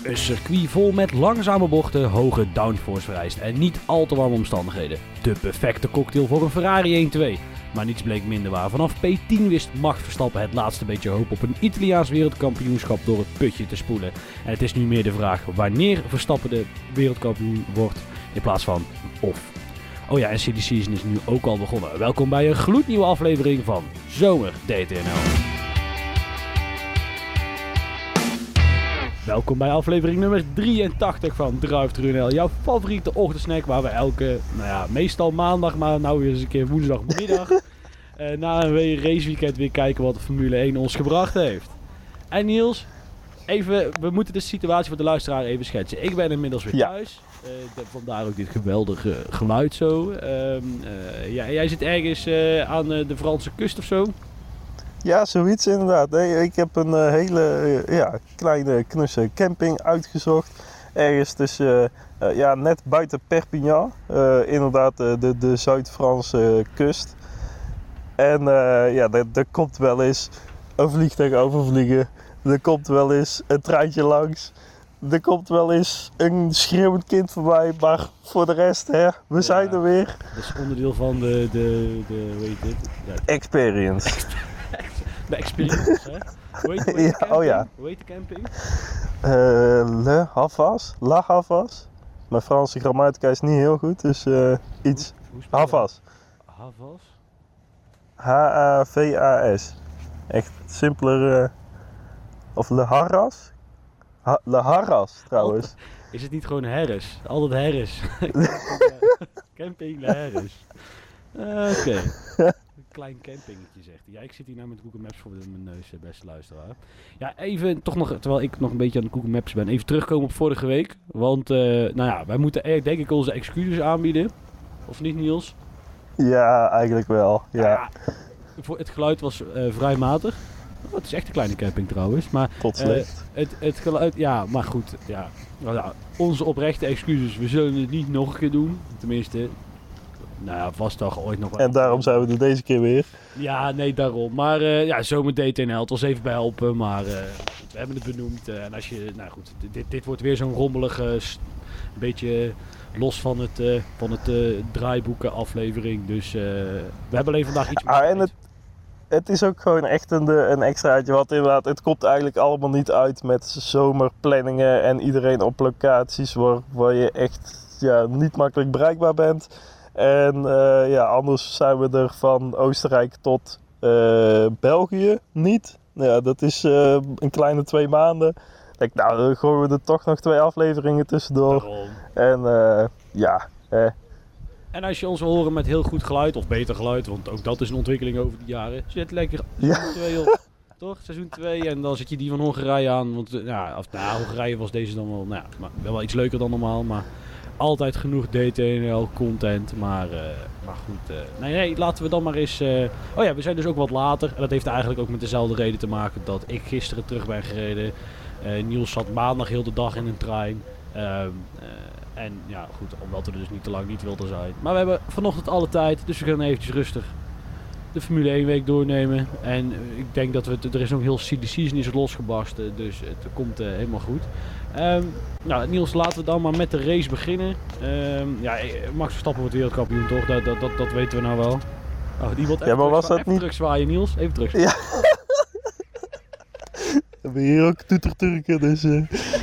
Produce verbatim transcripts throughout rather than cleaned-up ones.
Een circuit vol met langzame bochten, hoge downforce vereist en niet al te warme omstandigheden. De perfecte cocktail voor een Ferrari één twee. Maar niets bleek minder waar. Vanaf P tien wist Max Verstappen het laatste beetje hoop op een Italiaans wereldkampioenschap door het putje te spoelen. En het is nu meer de vraag wanneer Verstappen de wereldkampioen wordt in plaats van of. Oh ja, en Silly Season is nu ook al begonnen. Welkom bij een gloednieuwe aflevering van Zomer D T N L. Welkom bij aflevering nummer drieëntachtig van Drive-Thru N L, jouw favoriete ochtendsnack waar we elke, nou ja, meestal maandag, maar nou weer eens een keer woensdagmiddag, uh, na een raceweekend weer kijken wat de Formule één ons gebracht heeft. En Niels, even, we moeten de situatie voor de luisteraar even schetsen. Ik ben inmiddels weer ja. thuis, uh, de, vandaar ook dit geweldige geluid zo. Uh, uh, ja, jij zit ergens uh, aan uh, de Franse kust of zo? Ja, zoiets inderdaad. Nee, ik heb een uh, hele uh, ja, kleine knusse camping uitgezocht. Ergens tussen, uh, ja, net buiten Perpignan. Uh, inderdaad, uh, de, de Zuid-Franse kust. En uh, ja, er komt wel eens een vliegtuig overvliegen. Er komt wel eens een treintje langs. Er komt wel eens een schreeuwend kind voorbij. Maar voor de rest, hè, we ja, zijn er weer. Dat is onderdeel van de, de, de hoe heet dit? Ja. Experience. De experience, hè? Hoe heet, hoe heet ja, oh ja. Hoe heet de camping? Uh, Le Havas. La Havas. Mijn Franse grammatica is niet heel goed, dus uh, iets. Hoe, hoe Havas. Havas? H A V A S. Echt simpeler. Uh, of Le Harras? Ha- Le Harras, trouwens. Altijd, is het niet gewoon Harris? Altijd Harris. Camping Le Harris. Uh, Oké. Okay. Klein campingetje zegt hij. Ja, ik zit hier nou met Google Maps voor mijn neus, beste luisteraar. Ja, even toch nog, terwijl ik nog een beetje aan de Google Maps ben, even terugkomen op vorige week. Want, uh, nou ja, wij moeten er, denk ik onze excuses aanbieden. Of niet, Niels? Ja, eigenlijk wel. Ja. Ja, voor het geluid was uh, vrij matig. Oh, het is echt een kleine camping trouwens. Maar, Tot slecht. Uh, het, het geluid, ja, maar goed. Ja. Nou, nou, onze oprechte excuses. We zullen het niet nog een keer doen. Tenminste... Nou ja, vast toch ooit nog wel. En daarom zijn we er deze keer weer. Ja, nee, daarom. Maar uh, ja, Zomer D T N L, het was even bij helpen, maar uh, we hebben het benoemd. Uh, en als je, nou goed, dit, dit wordt weer zo'n rommelige, st- een beetje los van het, uh, van het uh, draaiboeken aflevering. Dus uh, we hebben alleen vandaag iets meer. Ah, en het, het is ook gewoon echt een, een extraatje, want inderdaad, het komt eigenlijk allemaal niet uit met zomerplanningen en iedereen op locaties waar, waar je echt ja, niet makkelijk bereikbaar bent. En uh, ja, anders zijn we er van Oostenrijk tot uh, België niet. Ja, dat is uh, een kleine twee maanden. Denk, nou, dan gooien we er toch nog twee afleveringen tussendoor. Daarom. En uh, ja. Eh. En als je ons wil horen met heel goed geluid, of beter geluid, want ook dat is een ontwikkeling over de jaren. Zet lekker seizoen twee op, toch? Seizoen twee en dan zet je die van Hongarije aan. Want uh, ja, of, nou, Hongarije was deze dan wel, nou, maar wel, wel iets leuker dan normaal, maar... Altijd genoeg D T N L content, maar, uh, maar goed. Uh, nee, nee, laten we dan maar eens... Uh... Oh ja, we zijn dus ook wat later. En dat heeft eigenlijk ook met dezelfde reden te maken dat ik gisteren terug ben gereden. Uh, Niels zat maandag heel de dag in een trein. Uh, uh, en ja, goed, omdat we dus niet te lang niet wilden zijn. Maar we hebben vanochtend alle tijd, dus we gaan eventjes rustig de Formule één week doornemen. En uh, ik denk dat we... T- er is nog heel Silly Season is losgebarsten, dus het komt uh, helemaal goed. Um, nou, Niels, laten we dan maar met de race beginnen. Um, ja, Max Verstappen wordt wereldkampioen, toch? Dat, dat, dat, dat weten we nou wel. Oh, die wordt even, ja, maar was terug, dat even niet... terugzwaaien, Niels. Even terugzwaaien. Ja. We hebben hier ook toeterturken, dus... Uh...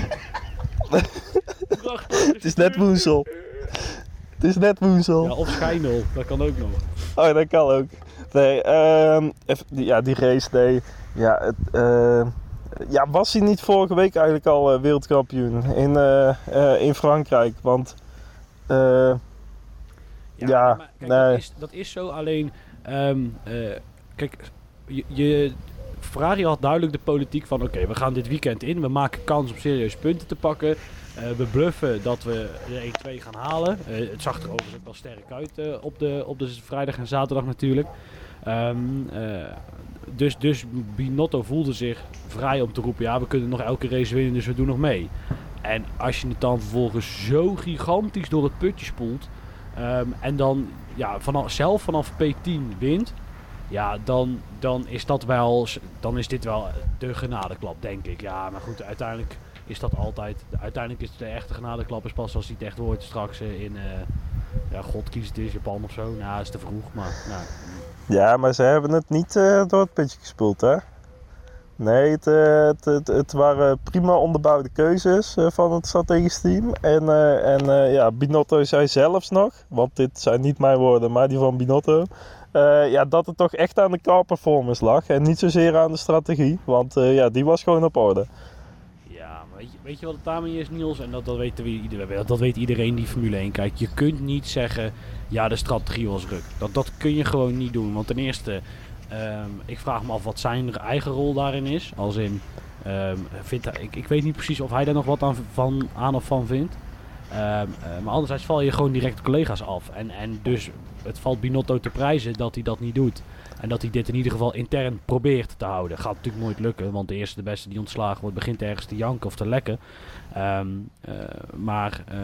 Het is net woensel. Het is net woensel. Ja, of schijnel. Dat kan ook nog. Oh, dat kan ook. Nee, um, even, ja, die race, nee. Ja, het... Uh... Ja, was hij niet vorige week eigenlijk al uh, wereldkampioen in, uh, uh, in Frankrijk? Want uh, ja, ja, maar, kijk, nee. dat, is, dat is zo. Alleen, um, uh, kijk, je, je, Ferrari had duidelijk de politiek van: oké, okay, we gaan dit weekend in, we maken kans om serieus punten te pakken. Uh, we bluffen dat we er één twee gaan halen. Uh, het zag er overigens ook wel sterk uit uh, op, de, op de vrijdag en zaterdag natuurlijk. Um, uh, Dus, dus Binotto voelde zich vrij om te roepen, ja, we kunnen nog elke race winnen, dus we doen nog mee. En als je het dan vervolgens zo gigantisch door het putje spoelt, um, en dan ja, vanaf, zelf vanaf P tien wint, ja, dan, dan is dat wel, dan is dit wel de genadeklap, denk ik. Ja, maar goed, uiteindelijk is dat altijd. Uiteindelijk is het de echte genadeklap is pas als hij het echt wordt straks uh, in, uh, ja, god kies het is, Japan of zo. Nou, is te vroeg, maar nou. Ja, maar ze hebben het niet uh, door het putje gespoeld, hè? Nee, het, uh, het, het, het waren prima onderbouwde keuzes uh, van het strategisch team. En, uh, en uh, ja, Binotto zei zelfs nog, want dit zijn niet mijn woorden, maar die van Binotto. Uh, ja, dat het toch echt aan de car performance lag en niet zozeer aan de strategie. Want uh, ja, die was gewoon op orde. Ja, maar weet je, weet je wat het daarmee is, Niels? En dat, dat, weet, dat weet iedereen die Formule één kijkt. Je kunt niet zeggen, ja, de strategie was ruk. Dat, dat kun je gewoon niet doen. Want ten eerste, um, ik vraag me af wat zijn eigen rol daarin is. Als in, um, vindt hij, ik, ik weet niet precies of hij daar nog wat aan, van, aan of van vindt. Um, uh, maar anderzijds val je gewoon direct collega's af. En, en dus het valt Binotto te prijzen dat hij dat niet doet. En dat hij dit in ieder geval intern probeert te houden. Gaat natuurlijk nooit lukken, want de eerste de beste die ontslagen wordt begint ergens te janken of te lekken. Um, uh, maar uh,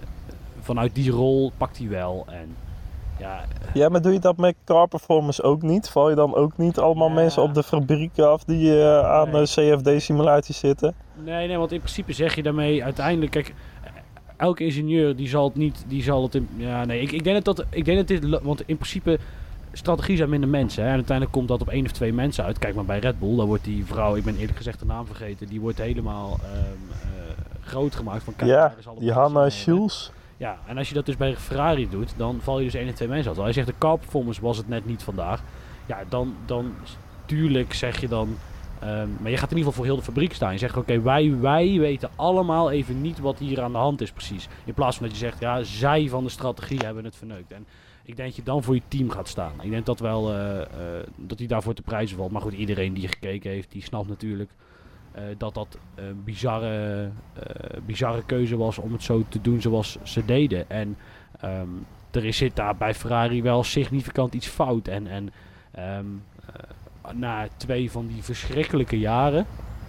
vanuit die rol pakt hij wel. En, ja, ja, maar doe je dat met car performance ook niet? Val je dan ook niet allemaal ja. mensen op de fabrieken af die uh, aan nee. de C F D-simulaties zitten? Nee, nee, want in principe zeg je daarmee uiteindelijk... Kijk, elke ingenieur die zal het niet, die zal het in, ja nee, ik, ik denk dat dat, ik denk dat dit, want in principe strategie zijn minder mensen, hè, en uiteindelijk komt dat op één of twee mensen uit. Kijk maar bij Red Bull, daar wordt die vrouw, ik ben eerlijk gezegd de naam vergeten, die wordt helemaal um, uh, groot gemaakt van kijk, ja, die Hanna Schulz. Ja, en als je dat dus bij Ferrari doet, dan val je dus één of twee mensen uit. Als je zegt de car performance was het net niet vandaag, ja, dan, dan tuurlijk zeg je dan. Um, maar je gaat in ieder geval voor heel de fabriek staan. Je zegt oké, okay, wij, wij weten allemaal even niet wat hier aan de hand is precies. In plaats van dat je zegt, ja, zij van de strategie hebben het verneukt. En ik denk dat je dan voor je team gaat staan. Ik denk dat wel, uh, uh, dat hij daarvoor te prijzen valt. Maar goed, iedereen die gekeken heeft, die snapt natuurlijk uh, dat dat een bizarre, uh, bizarre keuze was om het zo te doen zoals ze deden. En um, er zit daar bij Ferrari wel significant iets fout. En, en um, uh, na twee van die verschrikkelijke jaren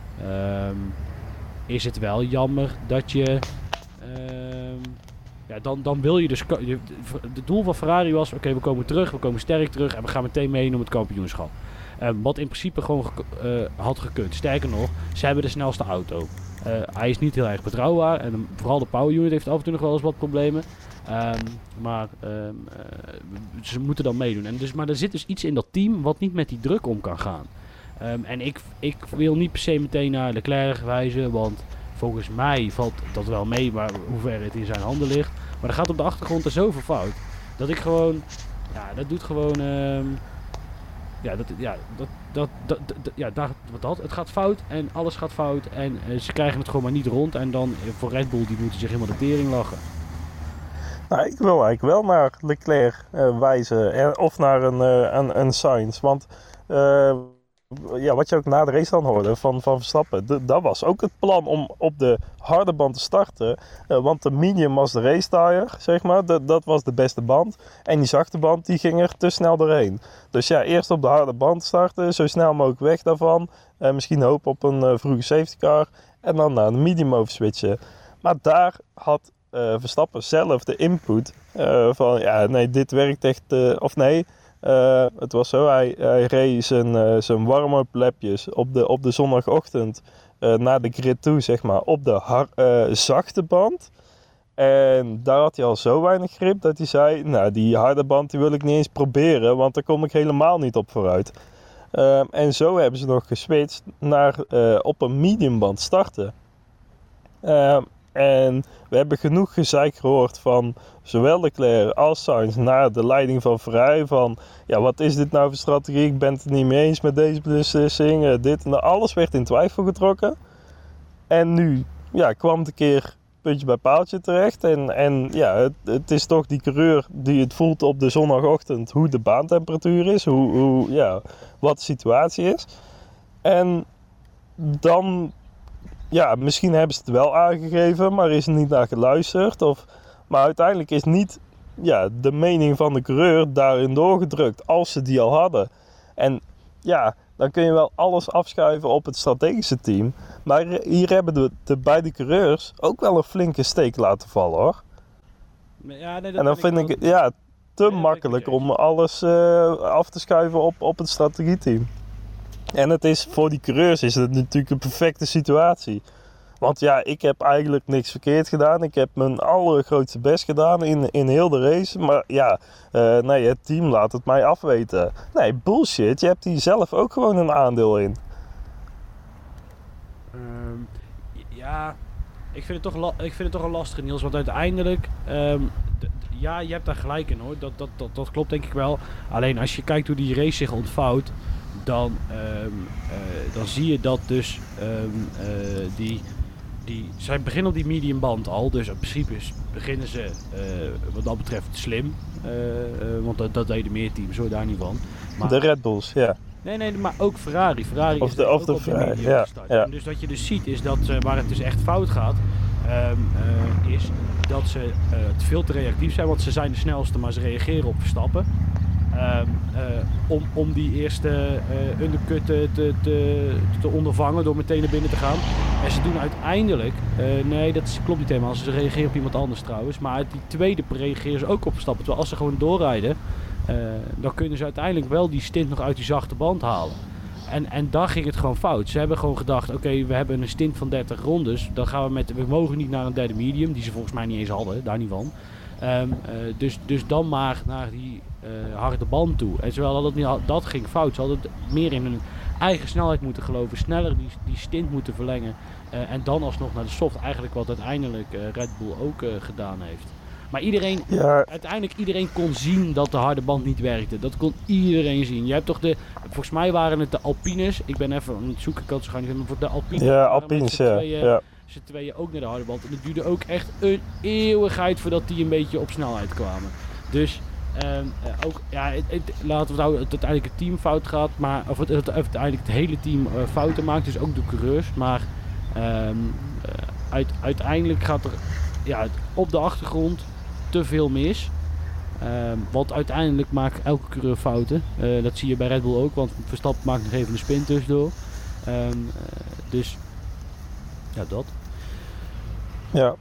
um, is het wel jammer dat je... Um, ja, dan, dan wil je dus... Het doel van Ferrari was, oké, okay, we komen terug, we komen sterk terug en we gaan meteen mee om het kampioenschap. Um, wat in principe gewoon uh, had gekund. Sterker nog, ze hebben de snelste auto. Uh, hij is niet heel erg betrouwbaar en um, vooral de power unit heeft af en toe nog wel eens wat problemen. Um, maar um, uh, ze moeten dan meedoen. En dus, maar er zit dus iets in dat team wat niet met die druk om kan gaan. Um, en ik, ik wil niet per se meteen naar Leclerc wijzen, want volgens mij valt dat wel mee, maar hoe ver het in zijn handen ligt. Maar er gaat op de achtergrond er zoveel fout, dat ik gewoon, ja, dat doet gewoon, um, ja, dat, ja, dat, dat, dat, dat, ja, daar, wat dat, het gaat fout en alles gaat fout en uh, ze krijgen het gewoon maar niet rond. En dan uh, voor Red Bull, die moeten zich helemaal de tering lachen. Nou, ik wil eigenlijk wel naar Leclerc uh, wijzen. En, of naar een, uh, een, een Sainz. Want uh, ja, wat je ook na de race dan hoorde van, van Verstappen. D- dat was ook het plan om op de harde band te starten. Uh, want de medium was de race tire, zeg maar. D- dat was de beste band. En die zachte band die ging er te snel doorheen. Dus ja, eerst op de harde band starten. Zo snel mogelijk weg daarvan. Uh, misschien hopen op een uh, vroege safety car. En dan naar de medium overswitchen. Maar daar had... Uh, Verstappen zelf de input uh, van ja, nee, dit werkt echt, uh, of nee, uh, het was zo, hij, hij reed zijn, uh, zijn warm-up lapjes op de, op de zondagochtend uh, naar de grid toe, zeg maar, op de har- uh, zachte band. En daar had hij al zo weinig grip dat hij zei, nou, die harde band die wil ik niet eens proberen, want daar kom ik helemaal niet op vooruit. Uh, en zo hebben ze nog geswitcht naar uh, op een mediumband starten. Uh, En we hebben genoeg gezeik gehoord van zowel Leclerc als Sainz naar de leiding van Ferrari. Van, ja, wat is dit nou voor strategie? Ik ben het er niet mee eens met deze beslissing. Uh, dit en dat. Alles werd in twijfel getrokken. En nu ja, kwam het een keer puntje bij paaltje terecht. En, en ja, het, het is toch die coureur die het voelt op de zondagochtend hoe de baantemperatuur is. Hoe, hoe, ja, wat de situatie is. En dan... Ja, misschien hebben ze het wel aangegeven, maar is er niet naar geluisterd. Of, maar uiteindelijk is niet ja, de mening van de coureur daarin doorgedrukt, als ze die al hadden. En ja, dan kun je wel alles afschuiven op het strategische team. Maar hier hebben de, de beide coureurs ook wel een flinke steek laten vallen, hoor. Ja, nee, dat en dan vind ik het ja, te nee, makkelijk om alles uh, af te schuiven op, op het strategieteam. En het is, voor die coureurs is het natuurlijk een perfecte situatie. Want ja, ik heb eigenlijk niks verkeerd gedaan. Ik heb mijn allergrootste best gedaan in, in heel de race. Maar ja, uh, nee, het team laat het mij afweten. Nee, bullshit. Je hebt hier zelf ook gewoon een aandeel in. Um, ja, ik vind, het toch la- ik vind het toch een lastige, Niels. Want uiteindelijk, um, d- d- ja, je hebt daar gelijk in hoor. Dat, dat, dat, dat klopt denk ik wel. Alleen als je kijkt hoe die race zich ontvouwt, dan, um, uh, dan zie je dat dus um, uh, die... Die, zij beginnen op die medium band al, dus in principe beginnen ze uh, wat dat betreft slim. Uh, uh, want dat, dat deden meer teams, zo daar niet van. Maar, de Red Bulls, ja. Nee, nee, maar ook Ferrari. Ferrari of is de, dus of ook de op die Ferrari, medium ja, gestart. ja. En dus wat je dus ziet is dat, uh, waar het dus echt fout gaat, um, uh, is dat ze uh, veel te reactief zijn. Want ze zijn de snelste, maar ze reageren op Verstappen. Um, uh, om, om die eerste uh, undercut te, te, te, te ondervangen door meteen naar binnen te gaan. En ze doen uiteindelijk, uh, nee dat is, klopt niet helemaal, ze reageren op iemand anders trouwens. Maar uit die tweede reageren ze ook op Verstappen. Terwijl als ze gewoon doorrijden, uh, dan kunnen ze uiteindelijk wel die stint nog uit die zachte band halen. En, en daar ging het gewoon fout. Ze hebben gewoon gedacht, oké, okay, we hebben een stint van dertig rondes. Dan gaan we met, we mogen niet naar een derde medium, die ze volgens mij niet eens hadden, daar niet van. Um, uh, dus, dus dan maar naar die uh, harde band toe. En zowel dat, niet, dat ging fout. Ze hadden meer in hun eigen snelheid moeten geloven. Sneller die, die stint moeten verlengen. Uh, en dan alsnog naar de soft. Eigenlijk wat uiteindelijk uh, Red Bull ook uh, gedaan heeft. Maar iedereen, ja. uiteindelijk iedereen kon zien dat de harde band niet werkte. Dat kon iedereen zien. Je hebt toch de, volgens mij waren het de Alpines. Ik ben even aan het zoeken, ik kan het zo gaan niet vinden. Maar voor de Alpines. Ja, Alpines, ja. Tweeën, ja. Ze tweeën ook naar de harde band. En het duurde ook echt een eeuwigheid voordat die een beetje op snelheid kwamen. Dus um, uh, ook, ja, het, het, laten we nou het uiteindelijk het team fout gaat. Maar, of het, het, het uiteindelijk het hele team uh, fouten maakt. Dus ook de coureurs. Maar um, uh, uit, uiteindelijk gaat er ja, op de achtergrond te veel mis. Um, want uiteindelijk maakt elke coureur fouten. Uh, dat zie je bij Red Bull ook. Want Verstappen maakt nog even een spin tussendoor. Um, uh, dus ja, dat. Ja.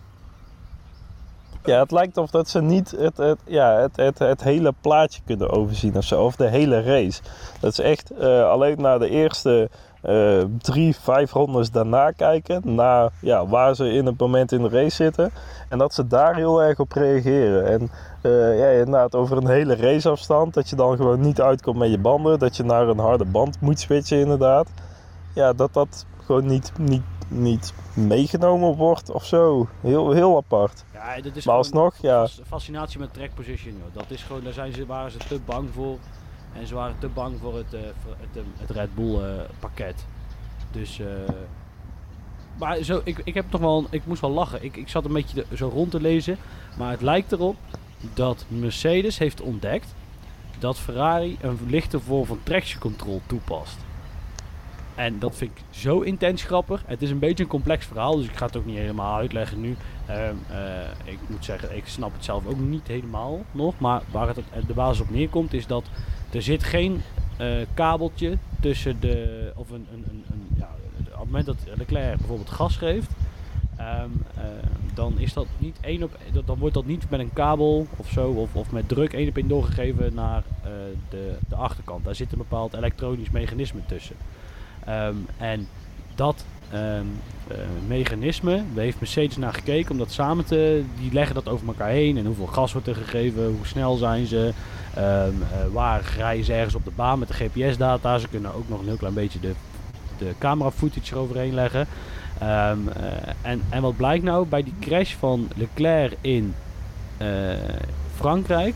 Ja, het lijkt of dat ze niet het, het, ja, het, het, het hele plaatje kunnen overzien of zo. Of de hele race. Dat is echt uh, alleen naar de eerste uh, drie, vijf rondes daarna kijken. Naar ja, waar ze in het moment in de race zitten. En dat ze daar heel erg op reageren. En uh, ja, inderdaad over een hele raceafstand. Dat je dan gewoon niet uitkomt met je banden. Dat je naar een harde band moet switchen inderdaad. Ja, dat dat gewoon niet... niet niet meegenomen wordt of zo. Heel, heel apart. Ja, dat is maar alsnog, ja. Fascinatie met track position, joh. Dat is gewoon, daar zijn ze, waren ze te bang voor. En ze waren te bang voor het, uh, voor het, het Red Bull uh, pakket. Dus, uh, maar zo, ik, ik heb toch wel, ik moest wel lachen. Ik, ik zat een beetje de, zo rond te lezen. Maar het lijkt erop dat Mercedes heeft ontdekt dat Ferrari een lichte vorm van traction control toepast. En dat vind ik zo intens grappig. Het is een beetje een complex verhaal, dus ik ga het ook niet helemaal uitleggen nu. Uh, uh, ik moet zeggen, ik snap het zelf ook niet helemaal nog. Maar waar het de basis op neerkomt is dat er zit geen uh, kabeltje tussen de... Of een, een, een, een, ja, op het moment dat Leclerc bijvoorbeeld gas geeft, um, uh, dan is dat niet één op... Dan wordt dat niet met een kabel of zo, of, of met druk één op één doorgegeven naar uh, de, de achterkant. Daar zit een bepaald elektronisch mechanisme tussen. Um, en dat um, uh, mechanisme, daar heeft Mercedes naar gekeken om dat samen te... Die leggen dat over elkaar heen en hoeveel gas wordt er gegeven, hoe snel zijn ze, um, uh, waar rijden ze ergens op de baan met de G P S-data. Ze kunnen ook nog een heel klein beetje de, de camera footage eroverheen leggen. Um, uh, en, en wat blijkt nou bij die crash van Leclerc in uh, Frankrijk?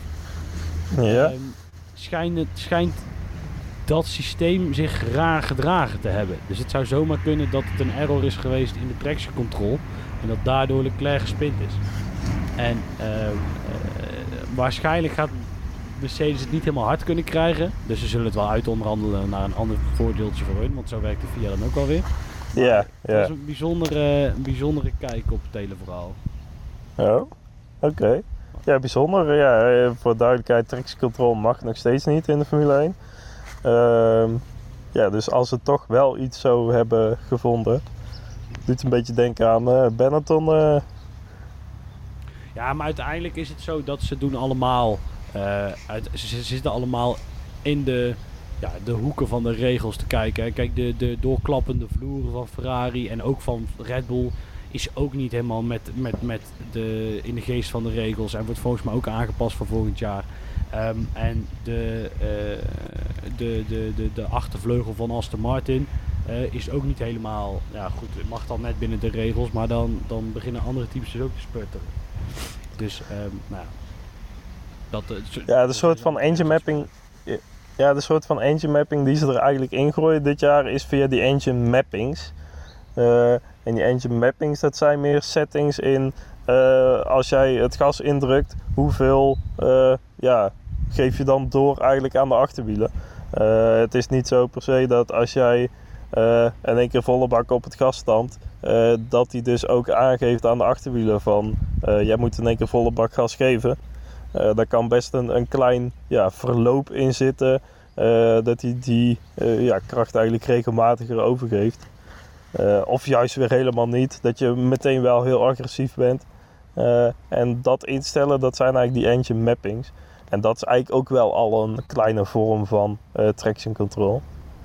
Ja. Um, schijnt, het, schijnt dat systeem zich raar gedragen te hebben. Dus het zou zomaar kunnen dat het een error is geweest in de traction control en dat daardoor Leclerc gespind is. En uh, uh, waarschijnlijk gaat Mercedes het niet helemaal hard kunnen krijgen. Dus ze zullen het wel uitonderhandelen naar een ander voordeeltje voor hun, want zo werkt de F I A dan ook alweer. Ja, ja. Dat is een bijzondere, een bijzondere kijk op het hele verhaal. Oh, oké. Okay. Ja, bijzonder. Ja, voor duidelijkheid, traction control mag nog steeds niet in de Formule één. Uh, ja, dus als ze toch wel iets zo hebben gevonden, doet een beetje denken aan uh, Benetton. Uh. Ja, maar uiteindelijk is het zo dat ze doen allemaal, uh, uit, ze, ze zitten allemaal in de ja, de hoeken van de regels te kijken. Hè. Kijk, de, de doorklappende vloeren van Ferrari en ook van Red Bull is ook niet helemaal met, met, met de, in de geest van de regels. En wordt volgens mij ook aangepast voor volgend jaar. Um, en de, uh, de, de, de, de achtervleugel van Aston Martin uh, is ook niet helemaal... Ja goed, het mag dan net binnen de regels, maar dan, dan beginnen andere teams dus ook te sputteren. Dus, um, nou ja. Dat, uh, ja, de soort van engine mapping... Ja, de soort van engine mapping die ze er eigenlijk ingooien dit jaar is via die engine mappings. Uh, en die engine mappings, dat zijn meer settings in... Uh, als jij het gas indrukt, hoeveel uh, ja, geef je dan door eigenlijk aan de achterwielen. Uh, het is niet zo per se dat als jij uh, in één keer volle bak op het gas stamt, uh, dat die dus ook aangeeft aan de achterwielen van uh, jij moet in één keer volle bak gas geven. Uh, daar kan best een, een klein ja, verloop in zitten, uh, dat hij die uh, ja, kracht eigenlijk regelmatiger overgeeft. Uh, of juist weer helemaal niet, dat je meteen wel heel agressief bent. Uh, en dat instellen, dat zijn eigenlijk die engine mappings. En dat is eigenlijk ook wel al een kleine vorm van uh, traction control.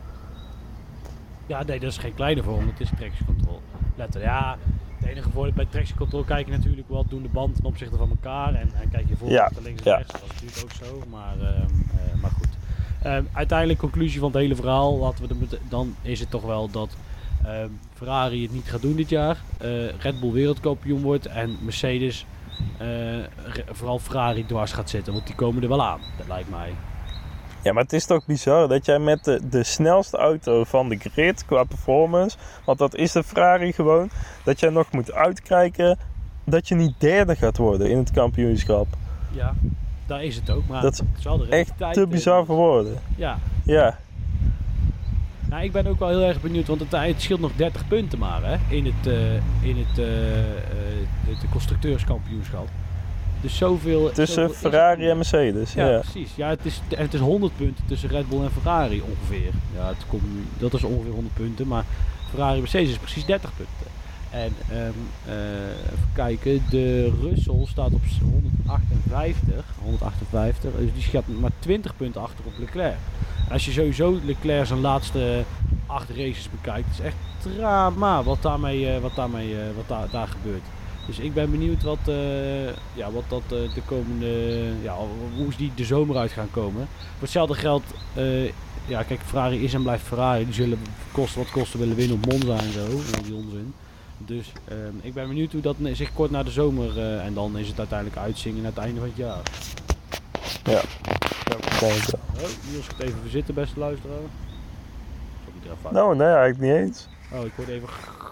Ja, nee, dat is geen kleine vorm, het is traction control. Letter, ja, het enige voordeel bij traction control kijk je natuurlijk wat doen de banden ten opzichte van elkaar. En, en kijk je voor ja, links en ja. rechts, dat is natuurlijk ook zo. Maar, uh, uh, maar goed. Uh, uiteindelijk, conclusie van het hele verhaal, laten we de, dan is het toch wel dat... Uh, Ferrari het niet gaat doen dit jaar, uh, Red Bull wereldkampioen wordt en Mercedes, uh, re- vooral Ferrari dwars gaat zitten, want die komen er wel aan, dat lijkt mij. Ja, maar het is toch bizar dat jij met de, de snelste auto van de grid qua performance, want dat is de Ferrari gewoon, dat jij nog moet uitkijken dat je niet derde gaat worden in het kampioenschap. Ja, daar is het ook, maar dat is het is wel de echt te bizar voor woorden. Ja. Ja. Nou, ik ben ook wel heel erg benieuwd, want het, het scheelt nog dertig punten maar hè, in het, uh, in het, uh, uh, het constructeurskampioenschap. Dus zoveel... Tussen zoveel Ferrari en Mercedes. Ja, ja, precies. Ja, het is, het is honderd punten tussen Red Bull en Ferrari ongeveer. Ja, het komt, dat is ongeveer honderd punten, maar Ferrari en Mercedes is precies dertig punten. En um, uh, even kijken, de Russell staat op honderdachtenvijftig, honderdachtenvijftig, dus die gaat maar twintig punten achter op Leclerc. En als je sowieso Leclerc zijn laatste acht races bekijkt, is echt drama wat daarmee, uh, wat daarmee uh, wat da- daar gebeurt. Dus ik ben benieuwd wat, uh, ja, wat dat uh, de komende, ja, hoe die de zomer uit gaan komen. Voor hetzelfde geld, uh, ja kijk, Ferrari is en blijft Ferrari, die zullen kosten wat kosten willen winnen op Monza en zo, die onzin. Dus uh, ik ben benieuwd hoe dat zich kort na de zomer uh, en dan is het uiteindelijk uitzingen aan het einde van het jaar. Ja, dat denk ik wel. Oh, Niels gaat even verzitten, beste luisteraar. Nou, nee, eigenlijk niet eens. Oh, ik hoorde even...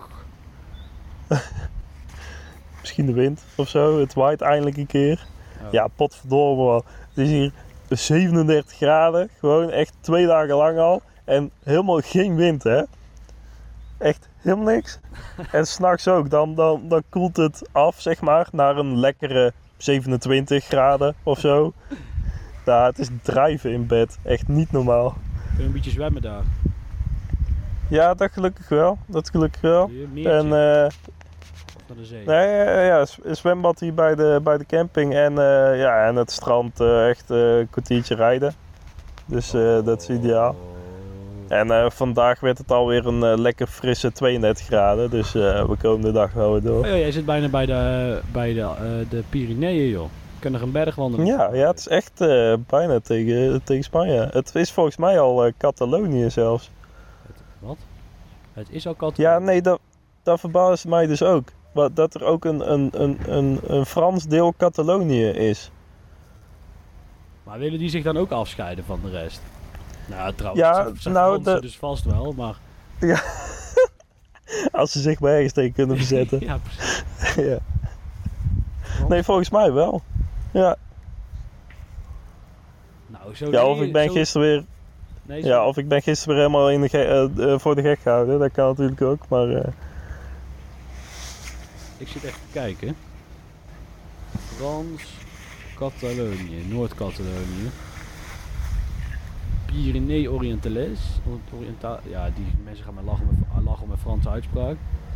Misschien de wind of zo, het waait eindelijk een keer. Oh. Ja, potverdomme man. Het is hier zevenendertig graden, gewoon echt twee dagen lang al. En helemaal geen wind, hè. Echt helemaal niks. En s'nachts ook, dan, dan, dan koelt het af, zeg maar, naar een lekkere zevenentwintig graden of zo. Ja, het is drijven in bed, echt niet normaal. Kun je een beetje zwemmen daar? Ja, dat gelukkig wel, dat gelukkig wel. En, uh, naar de zee? Nee, ja, ja, een zwembad hier bij de, bij de camping en, uh, ja, en het strand uh, echt uh, een kwartiertje rijden. Dus uh, oh. Dat is ideaal. En uh, vandaag werd het alweer een uh, lekker frisse tweeëndertig graden, dus uh, we komen de dag wel weer door. Oh, ja, jij zit bijna bij de, bij de, uh, de Pyreneeën, joh. Je kan nog een berg wandelen. Ja, ja, het is echt uh, bijna tegen, tegen Spanje. Het is volgens mij al uh, Catalonië zelfs. Het, wat? Het is al Catalonië? Ja, nee, dat, dat verbaast mij dus ook. Dat er ook een, een, een, een, een Frans deel Catalonië is. Maar willen die zich dan ook afscheiden van de rest? Nou, trouwens, ja, het zijn nou, de... dus vast wel, maar... Ja, als ze zich bij ergens tegen kunnen verzetten. Ja, precies. Ja. Nee, volgens mij wel. Ja. Nou, zo ja, of ik ben zo... gisteren weer... Nee, ja, of ik ben gisteren weer helemaal in de ge- uh, uh, voor de gek gehouden. Dat kan natuurlijk ook, maar... Uh... Ik zit echt te kijken. Frans, Catalonië, Noord-Catalonië. Pyrénées Orientales. Orienta- ja, die mensen gaan maar lachen met, lachen met Franse uitspraak.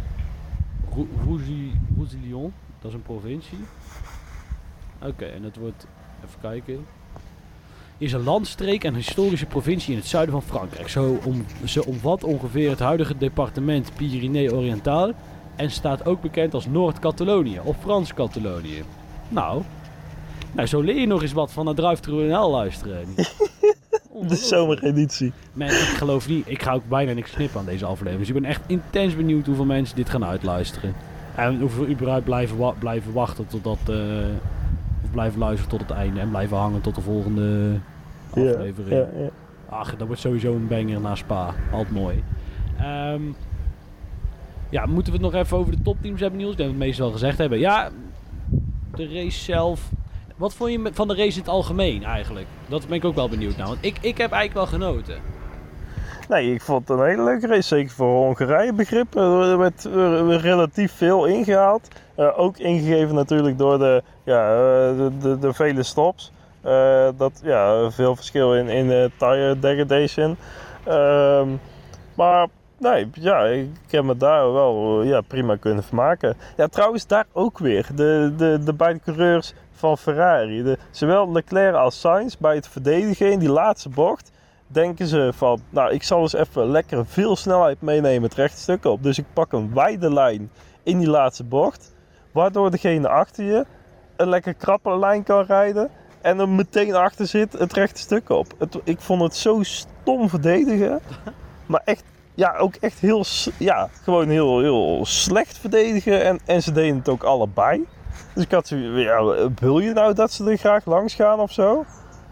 Roussillon, dat is een provincie. Oké, okay, en het wordt... Even kijken. is een landstreek en historische provincie in het zuiden van Frankrijk. Zo om, ze omvat ongeveer het huidige departement Pyrénées-Oriental en staat ook bekend als Noord-Catalonië of Frans-Catalonië. Nou, nou, zo leer je nog eens wat van het Drive Thru N L luisteren. De zomereditie. Man, ik geloof niet, ik ga ook bijna niks knippen aan deze aflevering. Dus ik ben echt intens benieuwd hoeveel mensen dit gaan uitluisteren. En hoeveel überhaupt blijven, wa- blijven wachten totdat... Uh, of blijven luisteren tot het einde en blijven hangen tot de volgende aflevering. Ja, ja, ja. Ach, dat wordt sowieso een banger naar Spa. Altijd mooi. Um, ja, moeten we het nog even over de topteams hebben, Niels? Ik denk dat we het meestal al gezegd hebben. Ja, de race zelf... Wat vond je van de race in het algemeen eigenlijk? Dat ben ik ook wel benieuwd naar. Want ik, ik heb eigenlijk wel genoten. Nee, ik vond het een hele leuke race. Zeker voor Hongarije begrip. Er werd uh, relatief veel ingehaald. Uh, ook ingegeven natuurlijk door de, ja, uh, de, de, de vele stops. Uh, dat, ja, veel verschil in, in uh, tire degradation. Uh, maar nee, ja, ik heb me daar wel uh, ja, prima kunnen vermaken. Ja, trouwens daar ook weer. De, de, de beide coureurs van Ferrari. De, zowel Leclerc als Sainz bij het verdedigen in die laatste bocht. Denken ze van, nou ik zal eens even lekker veel snelheid meenemen het rechte stuk op. Dus ik pak een wijde lijn in die laatste bocht. Waardoor degene achter je een lekker krappe lijn kan rijden. En er meteen achter zit het rechte stuk op. Het, ik vond het zo stom verdedigen. Maar echt, ja ook echt heel, ja gewoon heel, heel slecht verdedigen. En, en ze deden het ook allebei. Dus ik had zo, ja, wil je nou dat ze er graag langs gaan of zo?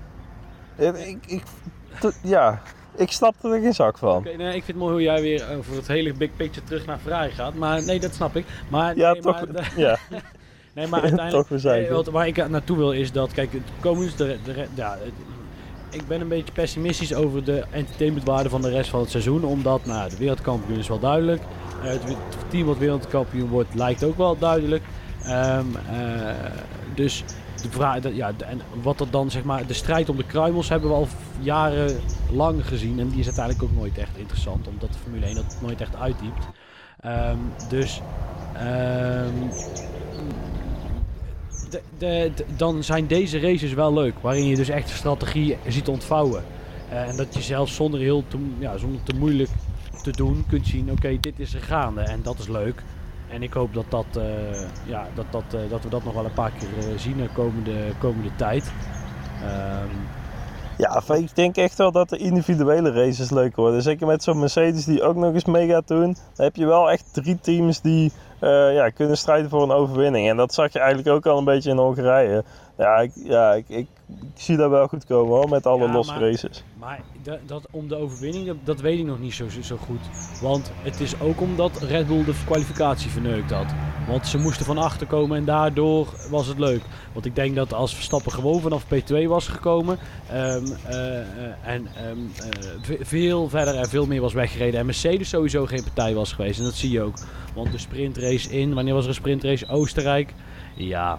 Ik, ik, ja, ik snapte er geen zak van. Okay, nee, ik vind het mooi hoe jij weer over het hele big picture terug naar Ferrari gaat. Maar nee, dat snap ik. Maar, ja, nee, toch. Maar, ja. Nee, maar uiteindelijk, toch nee, wat, waar ik naartoe wil is dat, kijk, het komende, de, de, ja, ik ben een beetje pessimistisch over de entertainmentwaarde van de rest van het seizoen. Omdat, nou, de wereldkampioen is wel duidelijk. Uh, het team wat wereldkampioen wordt lijkt ook wel duidelijk. Um, uh, dus de vraag, de, ja, de, en wat er dan zeg maar, de strijd om de kruimels hebben we al jarenlang gezien en die is uiteindelijk ook nooit echt interessant, omdat de Formule één dat nooit echt uitdiept. Um, dus um, de, de, de, dan zijn deze races wel leuk, waarin je dus echt de strategie ziet ontvouwen. Uh, en dat je zelfs zonder heel te, ja, zonder te moeilijk te doen kunt zien, oké, okay, dit is er gaande en dat is leuk. En ik hoop dat, dat, uh, ja, dat, dat, uh, dat we dat nog wel een paar keer uh, zien de komende, komende tijd. Um... Ja, ik denk echt wel dat de individuele races leuk worden. Zeker met zo'n Mercedes die ook nog eens mee gaat doen. Dan heb je wel echt drie teams die uh, ja, kunnen strijden voor een overwinning. En dat zag je eigenlijk ook al een beetje in Hongarije. Ja, ik, ja, ik, ik, ik zie dat wel goed komen hoor, met alle ja, losse maar, races. Maar dat, dat, om de overwinning, dat, dat weet ik nog niet zo, zo goed. Want het is ook omdat Red Bull de kwalificatie verneukt had. Want ze moesten van achter komen en daardoor was het leuk. Want ik denk dat als Verstappen gewoon vanaf P twee was gekomen um, uh, uh, en um, uh, veel verder en veel meer was weggereden en Mercedes sowieso geen partij was geweest. En dat zie je ook. Want de sprintrace in, wanneer was er een sprintrace? Oostenrijk. Ja...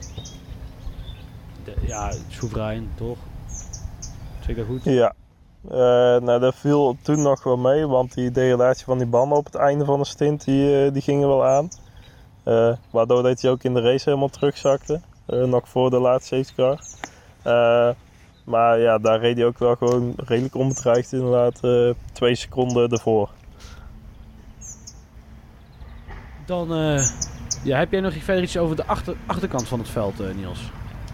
De, ja, soeverein, toch? Zeg ik dat goed? Ja. Uh, nou, dat viel toen nog wel mee, want die degradatie van die banden op het einde van de stint, die, uh, die gingen wel aan. Uh, waardoor dat hij ook in de race helemaal terugzakte. Uh, nog voor de laatste safety car. Uh, maar ja, daar reed hij ook wel gewoon redelijk onbedreigd inderdaad. Uh, twee seconden ervoor. Dan uh, ja, heb jij nog verder iets over de achter, achterkant van het veld, uh, Niels?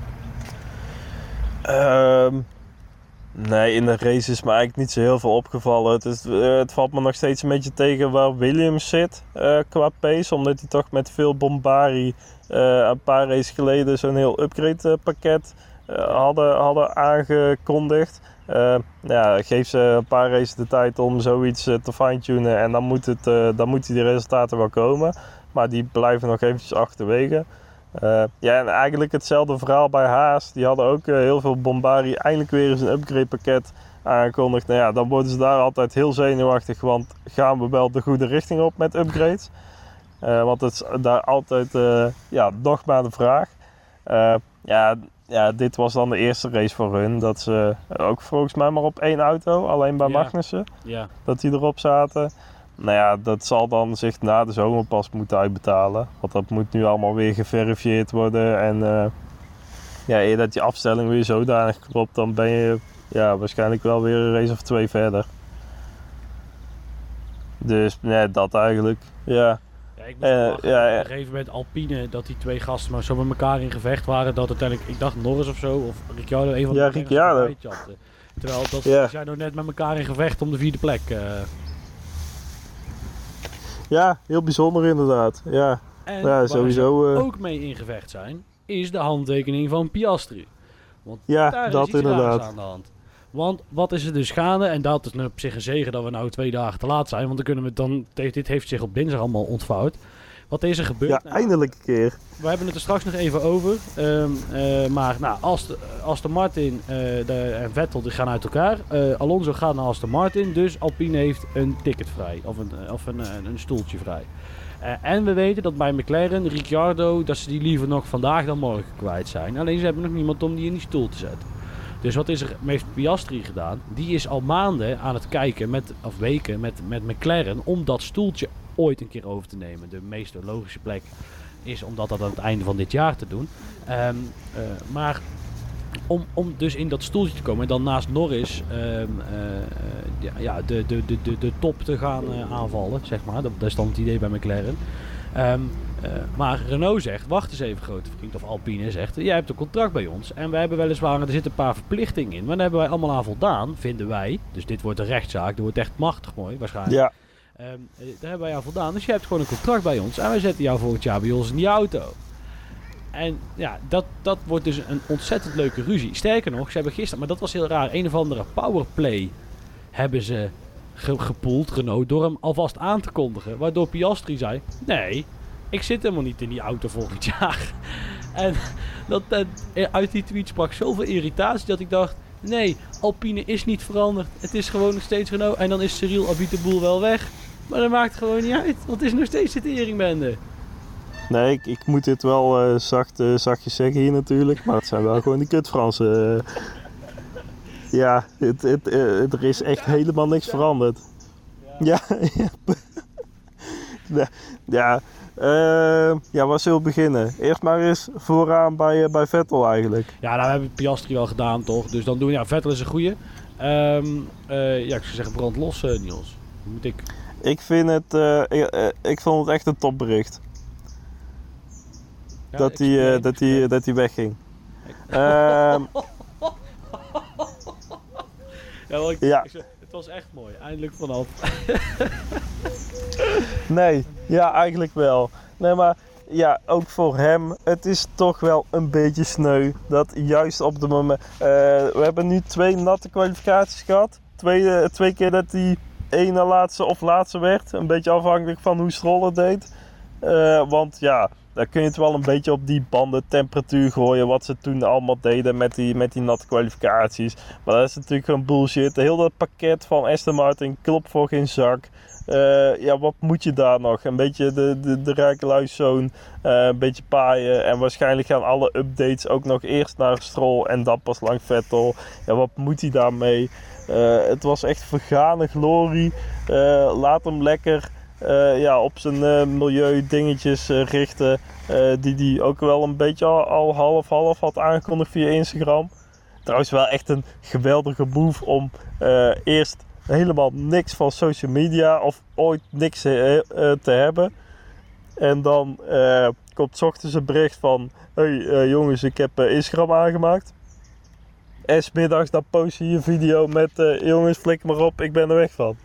Um, nee, in de race is me eigenlijk niet zo heel veel opgevallen. Het, is, uh, het valt me nog steeds een beetje tegen waar Williams zit uh, qua pace. Omdat hij toch met veel bombardie uh, een paar races geleden zo'n heel upgrade uh, pakket uh, hadden, hadden aangekondigd. Uh, ja, geef ze een paar races de tijd om zoiets uh, te fine-tunen en dan, moet het, uh, dan moeten die resultaten wel komen. Maar die blijven nog eventjes achterwege. Uh, ja, en eigenlijk hetzelfde verhaal bij Haas. Die hadden ook uh, heel veel bombardie. Eindelijk weer eens een upgrade pakket aangekondigd. Nou ja, dan worden ze daar altijd heel zenuwachtig. Want gaan we wel de goede richting op met upgrades? Uh, want het is daar altijd uh, ja, nog maar de vraag. Uh, ja, ja, dit was dan de eerste race voor hun. Dat ze ook volgens mij maar op één auto. Alleen bij ja. Magnussen. Ja. Dat die erop zaten. Nou ja, dat zal dan zich na de zomer pas moeten uitbetalen. Want dat moet nu allemaal weer geverifieerd worden. En uh, ja, eer dat die afstelling weer zodanig klopt, dan ben je ja, waarschijnlijk wel weer een race of twee verder. Dus nee, dat eigenlijk. Ja. Ja, ik moest Uh, lachen. ja, ja. Op een gegeven moment Alpine, dat die twee gasten maar zo met elkaar in gevecht waren, dat uiteindelijk, ik dacht Norris of zo, of Ricciardo, een van de Ja, twee Ricciardo. eruit japte. Terwijl dat, Ja. die zijn nou net met elkaar in gevecht om de vierde plek. Uh. Ja, heel bijzonder inderdaad. Ja, En ja waar sowieso. ze Uh, ook mee in gevecht zijn, is de handtekening van Piastri. Want ja, daar dat is iets inderdaad. raars aan de hand. Want wat is er dus gaande? En dat is nu op zich een zegen dat we nou twee dagen te laat zijn. Want dan kunnen we dan, dit heeft zich op dinsdag allemaal ontvouwd. Wat is er gebeurd? Ja, Nou, eindelijk een keer. we hebben het er straks nog even over. Um, uh, maar nou, Aston, Aston Martin uh, de, en Vettel die gaan uit elkaar. Uh, Alonso gaat naar Aston Martin. Dus Alpine heeft een ticket vrij. Of een, of een, een, een stoeltje vrij. Uh, en we weten dat bij McLaren, Ricciardo, dat ze die liever nog vandaag dan morgen kwijt zijn. Alleen ze hebben nog niemand om die in die stoel te zetten. Dus wat is er, heeft Piastri gedaan? Die is al maanden aan het kijken, met, of weken, met, met McLaren om dat stoeltje ooit een keer over te nemen. De meest logische plek is om dat aan het einde van dit jaar te doen. Um, uh, maar om, om dus in dat stoeltje te komen en dan naast Norris um, uh, ja, ja, de, de, de, de, de top te gaan uh, aanvallen, zeg maar. Dat, dat is dan het idee bij McLaren. Um, uh, maar Renault zegt, wacht eens even grote vriend, of Alpine zegt, jij hebt een contract bij ons en wij hebben weliswaar, er zitten een paar verplichtingen in, maar daar hebben wij allemaal aan voldaan, vinden wij. Dus dit wordt een rechtszaak, dit wordt echt machtig mooi waarschijnlijk. Ja. Um, daar hebben wij aan voldaan, dus je hebt gewoon een contract bij ons en wij zetten jou volgend jaar bij ons in die auto. En ja, dat, dat wordt dus een ontzettend leuke ruzie. Sterker nog, ze hebben gisteren, maar dat was heel raar, een of andere powerplay hebben ze ge- gepoeld, Renault, door hem alvast aan te kondigen. Waardoor Piastri zei, nee, ik zit helemaal niet in die auto volgend jaar. En dat, dat, uit die tweet sprak zoveel irritatie dat ik dacht, nee, Alpine is niet veranderd. Het is gewoon nog steeds Renault. En dan is Cyril Abiteboul wel weg. Maar dat maakt gewoon niet uit, want het is nog steeds de teringbende. Nee, ik, ik moet dit wel uh, zacht, uh, zachtjes zeggen hier natuurlijk, maar het zijn wel gewoon die kutfransen. Uh, ja, het, het, uh, er is echt helemaal niks veranderd. Ja, ja, ja, uh, ja, waar zullen we beginnen? Eerst maar eens vooraan bij, uh, bij Vettel eigenlijk. Ja, nou, we hebben Piastri wel gedaan toch, dus dan doen we, ja, Vettel is een goeie. Um, uh, ja, ik zou zeggen brand los, uh, Niels. Hoe moet ik... Ik vind het, uh, ik, uh, ik vond het echt een topbericht. Ja, dat hij uh, dat hij dat hij wegging. Um, ja, ik, ja. Ik, het was echt mooi, eindelijk vanaf. Nee, ja, eigenlijk wel. Nee, maar ja, ook voor hem, het is toch wel een beetje sneu dat juist op de moment. Uh, we hebben nu twee natte kwalificaties gehad. Twee, uh, twee keer dat hij ene laatste of laatste werd. Een beetje afhankelijk van hoe Stroll het deed. Uh, want ja, daar kun je het wel een beetje op die bandentemperatuur gooien. Wat ze toen allemaal deden met die, met die natte kwalificaties. Maar dat is natuurlijk gewoon bullshit. Heel dat pakket van Aston Martin klopt voor geen zak. Uh, ja, wat moet je daar nog? Een beetje de, de, de rijke luiszoon. Uh, een beetje paaien. En waarschijnlijk gaan alle updates ook nog eerst naar Stroll en dan pas langs Vettel. Ja, wat moet hij daarmee? Uh, het was echt vergane glorie. Uh, laat hem lekker uh, ja, op zijn uh, milieu dingetjes uh, richten. Uh, die hij ook wel een beetje al, al half-half had aangekondigd via Instagram. Trouwens wel echt een geweldige move om uh, eerst helemaal niks van social media of ooit niks uh, uh, te hebben. En dan uh, komt 's ochtends een bericht van, hey uh, jongens, ik heb uh, Instagram aangemaakt. En 's middags dan post je je video met, uh, jongens, flik maar op, ik ben er weg van.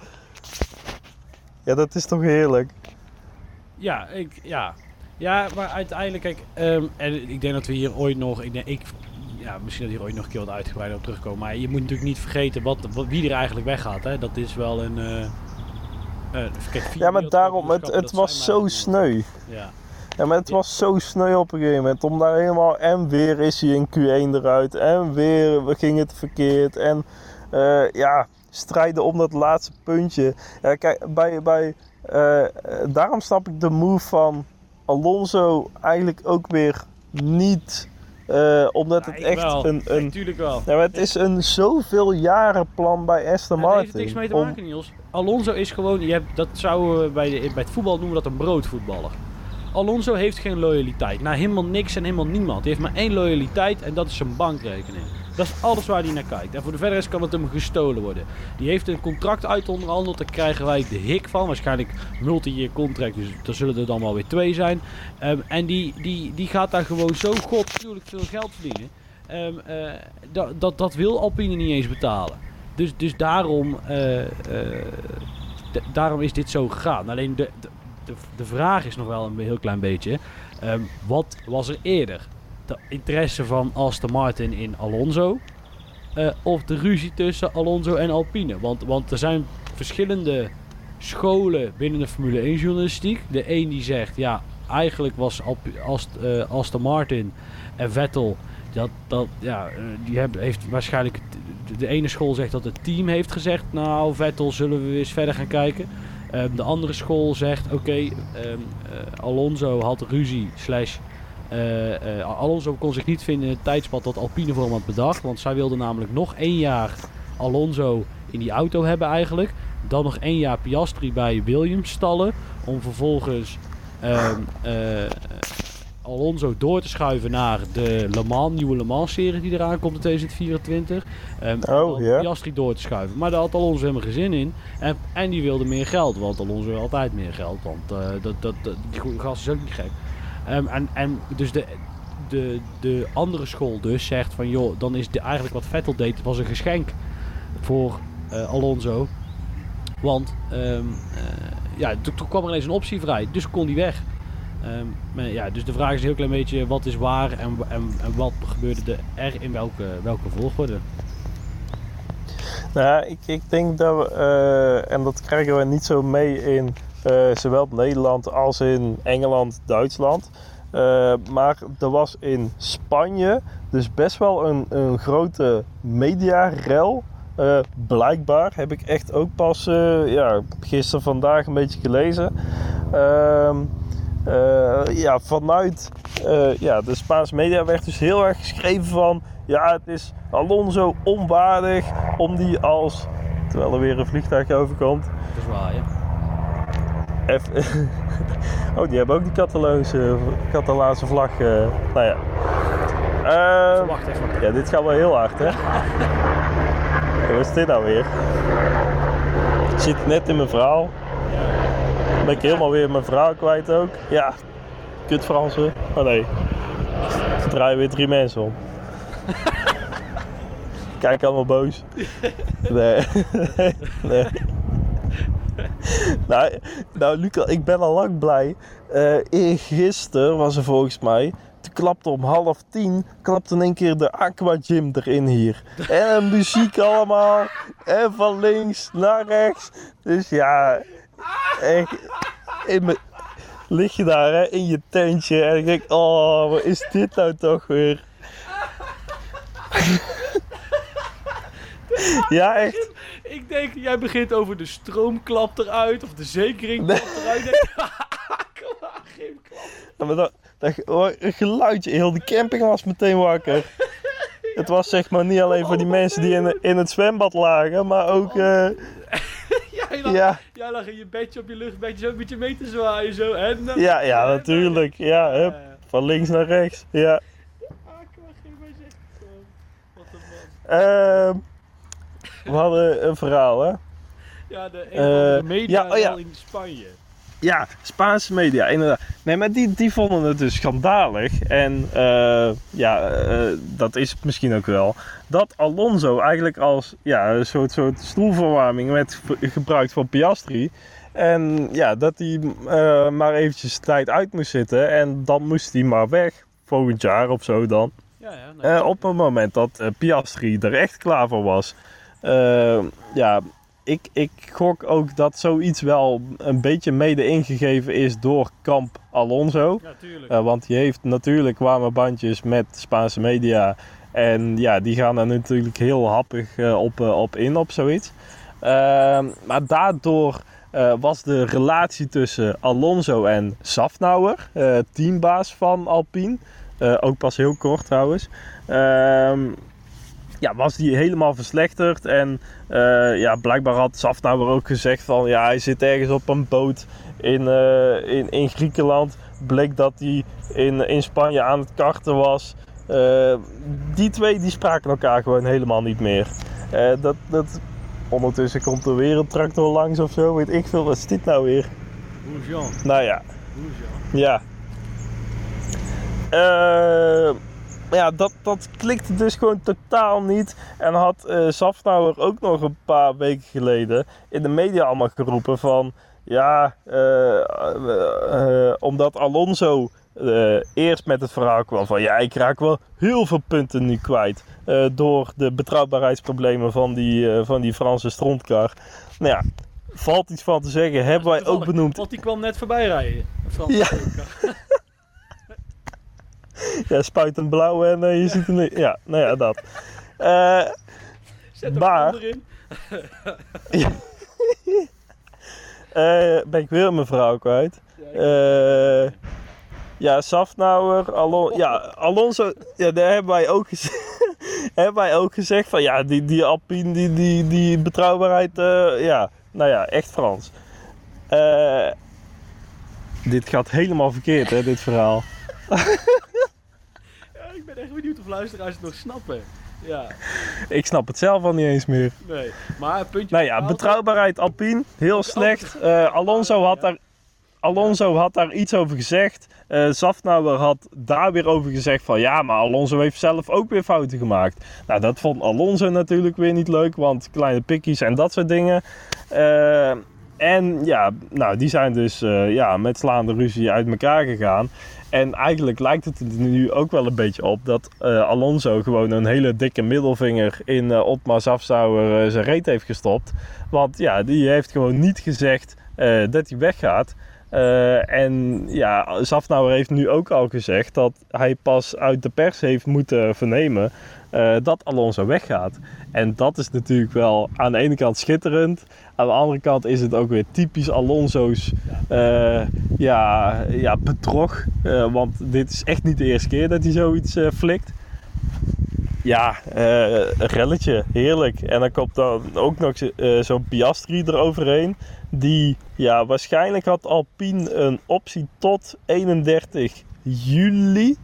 Ja, dat is toch heerlijk. Ja, ik, ja. Ja, maar uiteindelijk, kijk, um, en ik denk dat we hier ooit nog, ik denk, ik, ja, misschien dat hier ooit nog een keer wat uitgebreider op terugkomen. Maar je moet natuurlijk niet vergeten wat, wat, wie er eigenlijk weggaat. Hè? Dat is wel een... Uh, uh, kijk, ja, maar daarom, het, het was zo sneu. Ja. Ja, maar het ja. was zo sneu op een gegeven moment. Om daar helemaal, en weer is hij in Q één eruit. En weer ging het verkeerd. En uh, ja, strijden om dat laatste puntje. Ja, kijk, bij, bij, uh, daarom snap ik de move van Alonso eigenlijk ook weer niet... Uh, omdat ja, het echt wel. een... een Natuurlijk wel. Ja, maar het is een zoveel jaren plan bij Aston Martin. Daar heeft niks mee te maken, om... Niels. Alonso is gewoon... Je hebt, dat zouden we bij, de, bij het voetbal noemen dat een broodvoetballer. Alonso heeft geen loyaliteit. Naar helemaal niks en helemaal niemand. Hij heeft maar één loyaliteit en dat is zijn bankrekening. Dat is alles waar hij naar kijkt. En voor de verder rest kan het hem gestolen worden. Die heeft een contract uit onderhandeld. Daar krijgen wij de hik van. Waarschijnlijk multi-year contract. Dus er zullen er dan wel weer twee zijn. Um, en die, die, die gaat daar gewoon zo godstuurlijk veel geld verdienen. Um, uh, dat, dat, dat wil Alpine niet eens betalen. Dus, dus daarom, uh, uh, d- daarom is dit zo gegaan. Alleen de, de, de, de vraag is nog wel een heel klein beetje. Um, wat was er eerder? De interesse van Aston Martin in Alonso uh, of de ruzie tussen Alonso en Alpine. Want, want er zijn verschillende scholen binnen de Formule één journalistiek. De een die zegt, ja, eigenlijk was Alp- Ast, uh, Aston Martin en Vettel, dat, dat, ja, die hebben, heeft waarschijnlijk, de, de ene school zegt dat het team heeft gezegd, nou Vettel zullen we eens verder gaan kijken. Um, de andere school zegt, oké, okay, um, uh, Alonso had ruzie slash Uh, uh, Alonso kon zich niet vinden in het tijdspad dat Alpine voor hem had bedacht. Want zij wilden namelijk nog één jaar Alonso in die auto hebben eigenlijk. Dan nog één jaar Piastri bij Williams stallen. Om vervolgens uh, uh, Alonso door te schuiven naar de Le Mans, nieuwe Le Mans serie die eraan komt in twintig vierentwintig. Um, oh, en yeah. Piastri door te schuiven. Maar daar had Alonso helemaal geen zin in. En, en die wilde meer geld. Want Alonso wil altijd meer geld. Want uh, dat, dat, dat, die gast is ook niet gek. Um, en, en dus de, de, de andere school dus zegt van joh, dan is de, eigenlijk wat Vettel deed was een geschenk voor uh, Alonso. Want um, uh, ja, toen, toen kwam er ineens een optie vrij, dus kon die weg. Um, maar ja, dus de vraag is een heel klein beetje wat is waar en, en, en wat gebeurde er in welke, welke volgorde. Nou, ik, ik denk dat we, uh, en dat krijgen we niet zo mee in uh, zowel Nederland als in Engeland, Duitsland. Uh, maar er was in Spanje dus best wel een, een grote mediarel. Uh, blijkbaar heb ik echt ook pas uh, ja, gisteren vandaag een beetje gelezen. Uh, uh, ja, vanuit uh, ja, de Spaanse media werd dus heel erg geschreven van ja, het is Alonso onwaardig om die als, terwijl er weer een vliegtuig overkomt. Dat is waar, ja. Even, oh, die hebben ook die Catalaanse, Catalaanse vlag. Uh, nou ja. Uh, wacht even. Ja, dit gaat wel heel hard, hè? Wat is dit nou weer? Ik zit net in mijn verhaal. Dan ben ik helemaal weer mijn verhaal kwijt ook. Ja, kut Fransen. Oh nee. Ze draaien weer drie mensen om. Kijk allemaal boos. Nee. Nee. Nou, nou Luca, ik ben al lang blij. Uh, eergisteren was er volgens mij. Toen klapte om half tien. Klapte in één keer de Aqua Gym erin hier. En muziek allemaal. En van links naar rechts. Dus ja. Echt. In me, lig je daar hè, in je tentje. En ik denk, oh, wat is dit nou toch weer? Ja, echt. Ik denk, jij begint over de stroomklap eruit, of de zekering klapt eruit. Ik denk, geen klap. Ja, maar dat, dat een geluidje, heel de camping was meteen wakker. Ja. Het was zeg maar niet alleen voor die mensen die in, in het zwembad lagen, maar ook... Uh, jij, lag, ja. jij lag in je bedje op je luchtbedje zo een beetje mee te zwaaien zo. En, uh, ja, ja, natuurlijk. Ja, hup, van links naar rechts. Ja. Wat een man. Uh, we hadden een verhaal, hè? Ja, de een uh, media ja, oh ja. in Spanje. Ja, Spaanse media, inderdaad. Nee, maar die, die vonden het dus schandalig. En uh, ja, uh, dat is het misschien ook wel. Dat Alonso eigenlijk als ja, een soort, soort stoelverwarming werd gebruikt voor Piastri. En ja, dat hij uh, maar eventjes tijd uit moest zitten. En dan moest hij maar weg. Volgend jaar of zo dan. Ja, ja, nee. uh, op het moment dat uh, Piastri er echt klaar voor was. Uh, ja... Ik, ik gok ook dat zoiets wel een beetje mede ingegeven is door kamp Alonso. Ja, tuurlijk. Uh, want die heeft natuurlijk warme bandjes met Spaanse media. En ja, die gaan er natuurlijk heel happig uh, op, uh, op in op zoiets. Uh, maar daardoor uh, was de relatie tussen Alonso en Safnauer, uh, teambaas van Alpine. Uh, ook pas heel kort trouwens. Uh, ja, was die helemaal verslechterd. En uh, ja, blijkbaar had Zafnauer ook gezegd van ja, hij zit ergens op een boot in, uh, in, in Griekenland. Bleek dat hij in, in Spanje aan het karten was. Uh, die twee die spraken elkaar gewoon helemaal niet meer. Uh, dat, dat, ondertussen komt er weer een tractor langs of zo, weet ik veel. Wat is dit nou weer? Hoezo? Nou ja. Hoezo? Ja. Uh, ja, dat, dat klikte dus gewoon totaal niet. En had uh, Zafnauer ook nog een paar weken geleden in de media allemaal geroepen van... Ja, uh, uh, uh, omdat Alonso uh, eerst met het verhaal kwam van... Ja, ik raak wel heel veel punten nu kwijt. Uh, door de betrouwbaarheidsproblemen van die, uh, van die Franse strontkar. Nou ja, valt iets van te zeggen. Hebben wij ook benoemd... Want die kwam net voorbij rijden. Franse ja. strontkar. Ja, spuitend blauw en uh, je ziet hem niet. Ja, nou ja, dat. Uh, Zet maar... erin. ja. uh, ben ik weer mijn vrouw kwijt. Uh, ja, Zafnauer, Alon ja, Alonso, ja, daar hebben wij ook gezegd, hebben wij ook gezegd van ja, die, die Alpine, die, die, die betrouwbaarheid, uh, ja, nou ja, echt Frans. Uh, dit gaat helemaal verkeerd, hè, dit verhaal. Ja, ik ben echt benieuwd of luisteraars het nog snappen. Ja. Ik snap het zelf al niet eens meer. Nee, maar een puntje... Nou ja, betrouwbaarheid Alpine, heel slecht. Uh, Alonso, had daar, Alonso had daar iets over gezegd. Uh, Zafnauer had daar weer over gezegd van ja, maar Alonso heeft zelf ook weer fouten gemaakt. Nou, dat vond Alonso natuurlijk weer niet leuk, want kleine pikkies en dat soort dingen. Uh, en ja, nou, die zijn dus uh, ja, met slaande ruzie uit elkaar gegaan. En eigenlijk lijkt het er nu ook wel een beetje op dat uh, Alonso gewoon een hele dikke middelvinger in uh, Otmar Zafnauer uh, zijn reet heeft gestopt. Want ja, die heeft gewoon niet gezegd uh, dat hij weggaat. Uh, en ja, Zafnauer heeft nu ook al gezegd dat hij pas uit de pers heeft moeten vernemen uh, dat Alonso weggaat. En dat is natuurlijk wel aan de ene kant schitterend. Aan de andere kant is het ook weer typisch Alonso's uh, ja, ja, bedrog. Uh, want dit is echt niet de eerste keer dat hij zoiets uh, flikt. Ja, uh, een relletje, heerlijk. En dan komt dan ook nog uh, zo'n Piastri eroverheen. Die, ja, waarschijnlijk had Alpine een optie tot eenendertig juli.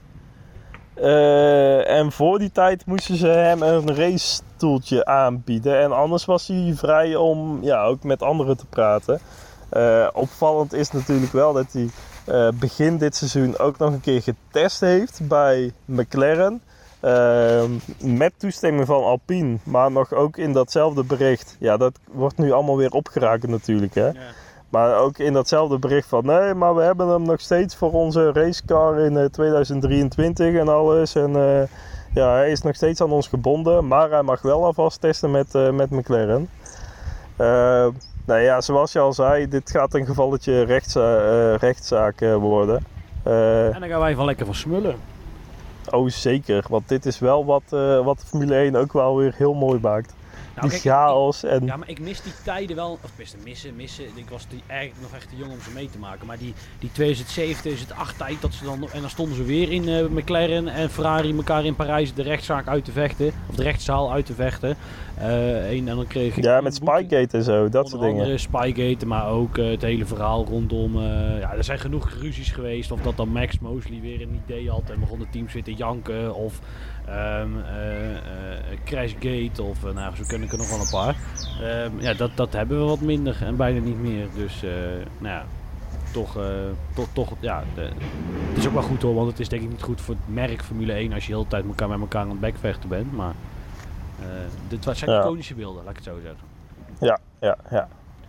Uh, en voor die tijd moesten ze hem een racestoeltje aanbieden. En anders was hij vrij om ja, ook met anderen te praten. Uh, opvallend is natuurlijk wel dat hij uh, begin dit seizoen ook nog een keer getest heeft bij McLaren. Uh, met toestemming van Alpine, maar nog ook in datzelfde bericht. Ja, dat wordt nu allemaal weer opgerakend natuurlijk, hè. Ja. Maar ook in datzelfde bericht van nee, maar we hebben hem nog steeds voor onze racecar in uh, tweeduizend drieëntwintig en alles. En uh, ja, hij is nog steeds aan ons gebonden, maar hij mag wel alvast testen met, uh, met McLaren. Uh, nou ja, zoals je al zei, dit gaat een gevalletje rechtsa- uh, rechtszaak uh, worden. Uh, en dan gaan wij van lekker van smullen. Oh zeker, want dit is wel wat, uh, wat de Formule één ook wel weer heel mooi maakt. Nou, die kijk, chaos ik, en... Ja, maar ik mis die tijden wel, of best missen, missen. Ik was die, eigenlijk nog echt te jong om ze mee te maken. Maar die, die tweeduizend zeven, tweeduizend acht tijd, dat ze dan, en dan stonden ze weer in uh, McLaren en Ferrari elkaar in Parijs de rechtszaak uit te vechten. Of de rechtszaal uit te vechten. Uh, en dan kreeg ik ja, met Spygate en zo, dat soort dingen. Andere Spygate, maar ook uh, het hele verhaal rondom... Uh, ja, er zijn genoeg ruzies geweest. Of dat dan Max Mosley weer een idee had en begon het team weer te janken. Of um, uh, uh, Crashgate. Of uh, nou, zo ken ik er nog wel een paar. Um, ja, dat, dat hebben we wat minder en bijna niet meer. Dus, uh, nou ja, toch, uh, toch, toch, ja... De, het is ook wel goed hoor, want het is denk ik niet goed voor het merk Formule één als je de hele tijd elkaar met elkaar aan het bekvechten bent. Maar... Uh, dit zijn ja. iconische beelden, laat ik het zo zeggen. Ja, ja, ja.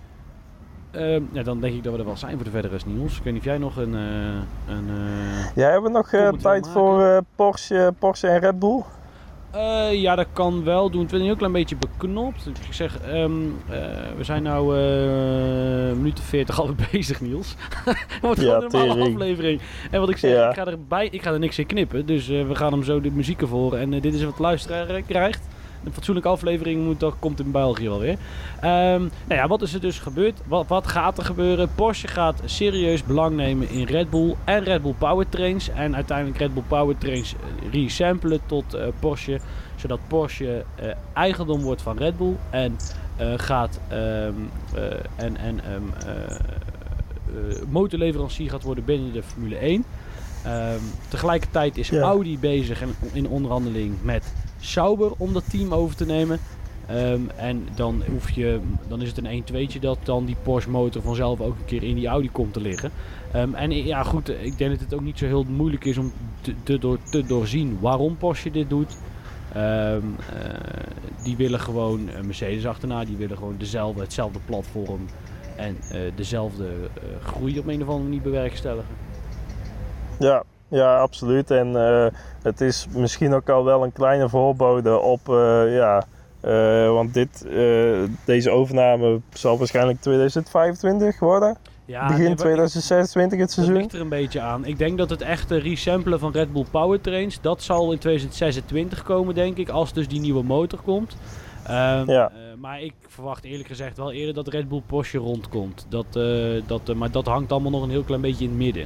Uh, ja. Dan denk ik dat we er wel zijn voor de verdere rest, Niels. Ik weet niet of jij nog een... Uh, een uh, ja, hebben we nog uh, tijd voor uh, Porsche, Porsche en Red Bull? Uh, ja, dat kan wel doen. Het werd een heel klein beetje beknopt. Ik zeg, um, uh, we zijn nou uh, minuten veertig alweer bezig, Niels. Het wordt gewoon ja, een normale aflevering. En wat ik zeg, ja. ik, ga erbij, ik ga er niks in knippen. Dus uh, we gaan hem zo de muziek ervoor. En uh, dit is wat luisteraar krijgt. Een fatsoenlijke aflevering moet toch, komt in België wel weer. Um, nou ja, wat is er dus gebeurd? Wat, wat gaat er gebeuren? Porsche gaat serieus belang nemen in Red Bull en Red Bull Powertrains. En uiteindelijk Red Bull Powertrains resamplen tot uh, Porsche. Zodat Porsche uh, eigendom wordt van Red Bull. En uh, gaat um, uh, en, en um, uh, uh, motorleverancier gaat worden binnen de Formule één. Um, tegelijkertijd is ja. Audi bezig in, in onderhandeling met Sauber om dat team over te nemen. Um, en dan, hoef je, dan is het een één tweetje dat dan die Porsche motor vanzelf ook een keer in die Audi komt te liggen. Um, en ja goed, ik denk dat het ook niet zo heel moeilijk is om te, te, door, te doorzien waarom Porsche dit doet. Um, uh, die willen gewoon uh, Mercedes achterna, die willen gewoon dezelfde, hetzelfde platform en uh, dezelfde uh, groei op een of andere manier bewerkstelligen. Ja, ja, absoluut. En uh, het is misschien ook al wel een kleine voorbode op, uh, ja, uh, want dit, uh, deze overname zal waarschijnlijk tweeduizend vijfentwintig worden. Ja, Begin nee, tweeduizend zesentwintig het seizoen. Dat ligt er een beetje aan. Ik denk dat het echte resamplen van Red Bull Powertrains, dat zal in tweeduizend zesentwintig komen, denk ik, als dus die nieuwe motor komt. Um, ja. uh, maar ik verwacht eerlijk gezegd wel eerder dat Red Bull Porsche rondkomt. Dat, uh, dat, uh, maar dat hangt allemaal nog een heel klein beetje in het midden.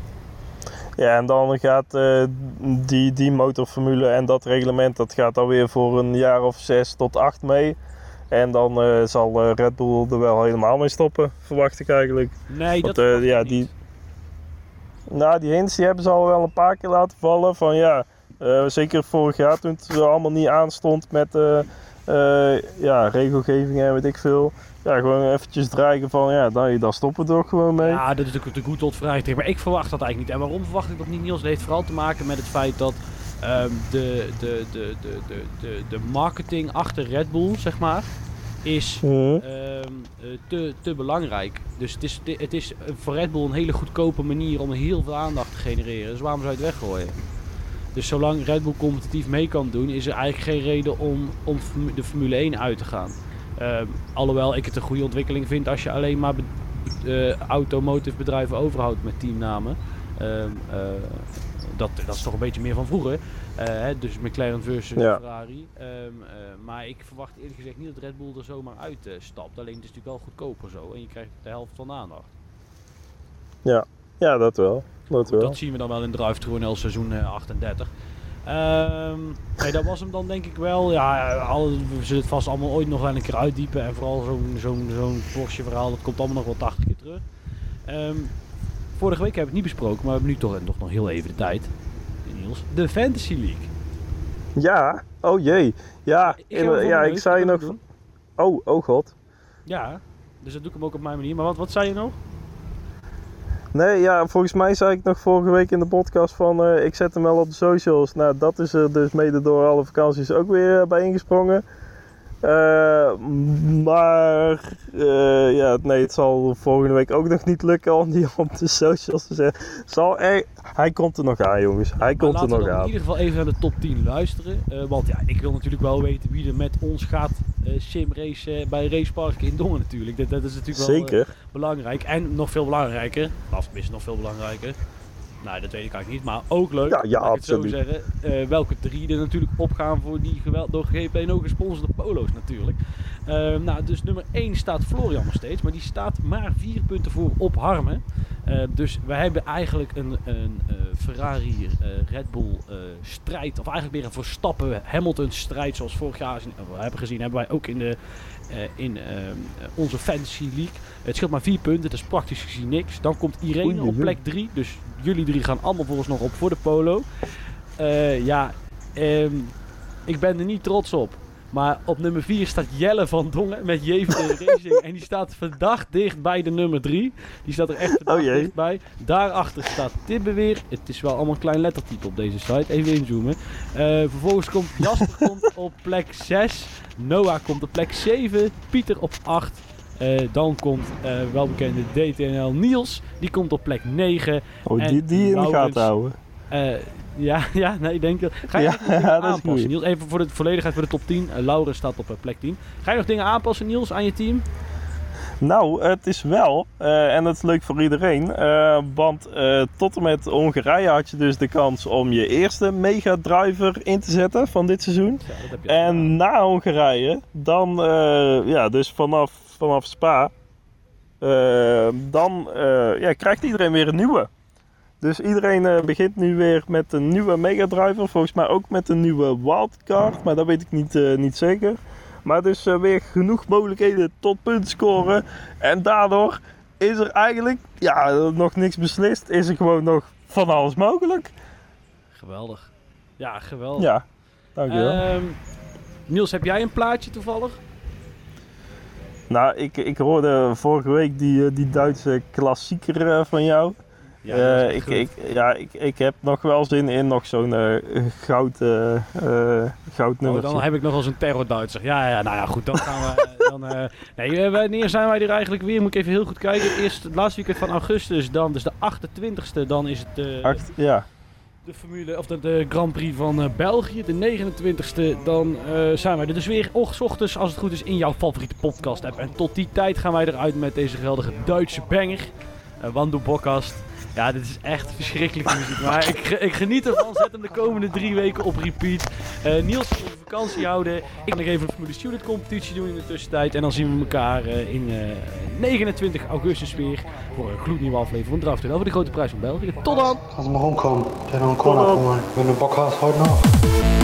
Ja, en dan gaat uh, die, die motorformule en dat reglement, dat gaat alweer voor een jaar of zes tot acht mee. En dan uh, zal uh, Red Bull er wel helemaal mee stoppen, verwacht ik eigenlijk. Nee, Want, dat uh, ja, niet. Die, nou, die hints die hebben ze al wel een paar keer laten vallen. Van ja, uh, zeker vorig jaar toen het allemaal niet aanstond met uh, uh, ja, regelgeving en weet ik veel. Ja, gewoon eventjes dreigen van ja, dan, dan stoppen we er ook gewoon mee. Ja, dat is natuurlijk de goed tot vrij. Maar ik verwacht dat eigenlijk niet. En waarom verwacht ik dat niet, Niels? Dat heeft vooral te maken met het feit dat um, de, de, de, de, de, de, de marketing achter Red Bull, zeg maar, is mm-hmm. um, te, te belangrijk. Dus het is, het is voor Red Bull een hele goedkope manier om heel veel aandacht te genereren. Dus waarom zou je het weggooien? Dus zolang Red Bull competitief mee kan doen, is er eigenlijk geen reden om, om de Formule één uit te gaan. Uh, alhoewel ik het een goede ontwikkeling vind als je alleen maar be- uh, automotive bedrijven overhoudt met teamnamen. Uh, uh, dat, dat is toch een beetje meer van vroeger. Uh, hè, dus McLaren versus ja. Ferrari. Um, uh, maar ik verwacht eerlijk gezegd niet dat Red Bull er zomaar uit uh, stapt. Alleen het is natuurlijk wel goedkoper zo. En je krijgt de helft van de aandacht. Ja, ja dat wel. Dat, Goed, wel. dat zien we dan wel in Drive-Thru N L seizoen uh, achtendertig. Um, nee, dat was hem dan denk ik wel. Ja, al, we zullen het vast allemaal ooit nog wel een keer uitdiepen. En vooral zo'n, zo'n, zo'n Porsche verhaal, dat komt allemaal nog wel tachtig keer terug. Um, vorige week hebben we het niet besproken, maar we hebben nu toch, toch nog heel even de tijd. Niels, de Fantasy League. Ja, oh jee. Ja, ik, in, ja, ik zei je nog... Doen. Oh, oh god. Ja, dus dat doe ik hem ook op mijn manier. Maar wat, wat zei je nog? Nee, ja, volgens mij zei ik nog vorige week in de podcast van uh, ik zet hem wel op de socials. Nou, dat is er dus mede door alle vakanties ook weer uh, bij ingesprongen. Uh, maar uh, ja, nee, het zal volgende week ook nog niet lukken om die op de socials te zetten. Zal er, hij komt er nog aan, jongens. Hij maar komt er nog aan. Laten we in ieder geval even naar de top tien luisteren. Uh, want ja, ik wil natuurlijk wel weten wie er met ons gaat uh, simracen uh, bij Racepark in Dongen natuurlijk. Dat, dat is natuurlijk wel uh, belangrijk. En nog veel belangrijker, of tenminste nog veel belangrijker. Nou, dat weet ik eigenlijk niet, maar ook leuk, ja, ja, laat ik het zo zeggen. Uh, welke drie er natuurlijk opgaan voor die geweld door G P N O gesponsorde polo's natuurlijk. Uh, nou, dus nummer één staat Florian nog steeds, maar die staat maar vier punten voor op Harmen. Uh, dus we hebben eigenlijk een, een uh, Ferrari uh, Red Bull uh, strijd, of eigenlijk meer een Verstappen Hamilton strijd zoals vorig jaar we hebben gezien, hebben wij ook in, de, uh, in uh, onze Fantasy League. Het scheelt maar vier punten, dat is praktisch gezien niks. Dan komt Irene oei, oei. op plek drie, dus jullie drie gaan allemaal volgens nog op voor de polo. Uh, ja, um, ik ben er niet trots op. Maar op nummer vier staat Jelle van Dongen met J V D Racing. En die staat verdacht dicht bij de nummer drie. Die staat er echt verdacht oh dichtbij. Daarachter staat Tibbe weer. Het is wel allemaal een klein lettertype op deze site. Even inzoomen. Uh, vervolgens komt Jasper komt op plek zes. Noah komt op plek zeven. Pieter op acht. Uh, dan komt uh, welbekende D T N L Niels. Die komt op plek negen. Oh, die, die in de gaten houden. Uh, ja, ja, nee, ik denk dat... Ga je ja, nog dingen aanpassen, Niels? Even voor de volledigheid voor de top tien. Uh, Laurens staat op uh, plek tien. Ga je nog dingen aanpassen, Niels, aan je team? Nou, het is wel, uh, en dat is leuk voor iedereen, uh, want uh, tot en met Hongarije had je dus de kans om je eerste Mega Driver in te zetten van dit seizoen. Ja, dat heb je en gedaan. Na Hongarije, dan, uh, ja, dus vanaf, vanaf Spa, uh, dan uh, ja, krijgt iedereen weer een nieuwe. Dus iedereen uh, begint nu weer met een nieuwe Mega Driver, volgens mij ook met een nieuwe Wildcard, maar dat weet ik niet, uh, niet zeker. Maar dus uh, weer genoeg mogelijkheden tot punt scoren. En daardoor is er eigenlijk ja, nog niks beslist. Is er gewoon nog van alles mogelijk. Geweldig. Ja, geweldig. Ja, dankjewel. Uh, Niels, heb jij een plaatje toevallig? Nou, ik, ik hoorde vorige week die, die Duitse klassieker uh, van jou. Ja, uh, ik, ik, ja ik, ik heb nog wel zin in nog zo'n uh, goud, uh, uh, goud nummertje. Oh, dan heb ik nog wel zo'n terror-Duitser. Ja, ja, nou ja, goed, dan gaan we... dan, uh, nee, wanneer zijn wij er eigenlijk weer? Moet ik even heel goed kijken. Eerst het laatste weekend van augustus, dan dus de achtentwintigste, dan is het... Uh, Acht, ja. De Formule, of de, de Grand Prix van uh, België. De negenentwintigste, dan uh, zijn wij er dus weer och, 's ochtends, als het goed is, in jouw favoriete podcast-app. En tot die tijd gaan wij eruit met deze geweldige Duitse banger. Uh, Wandu Podcast. Ja, dit is echt verschrikkelijke muziek, maar ik, ik geniet ervan. Zet hem de komende drie weken op repeat. Uh, Niels gaat op vakantie houden. Ik ga nog even een Formule Student competitie doen in de tussentijd. En dan zien we elkaar uh, in uh, negenentwintig augustus weer voor een gloednieuwe aflevering van Drive to over de grote prijs van België. Tot dan! Als we maar rondkomen, dan kom ik gewoon met een bakhaas hard nog.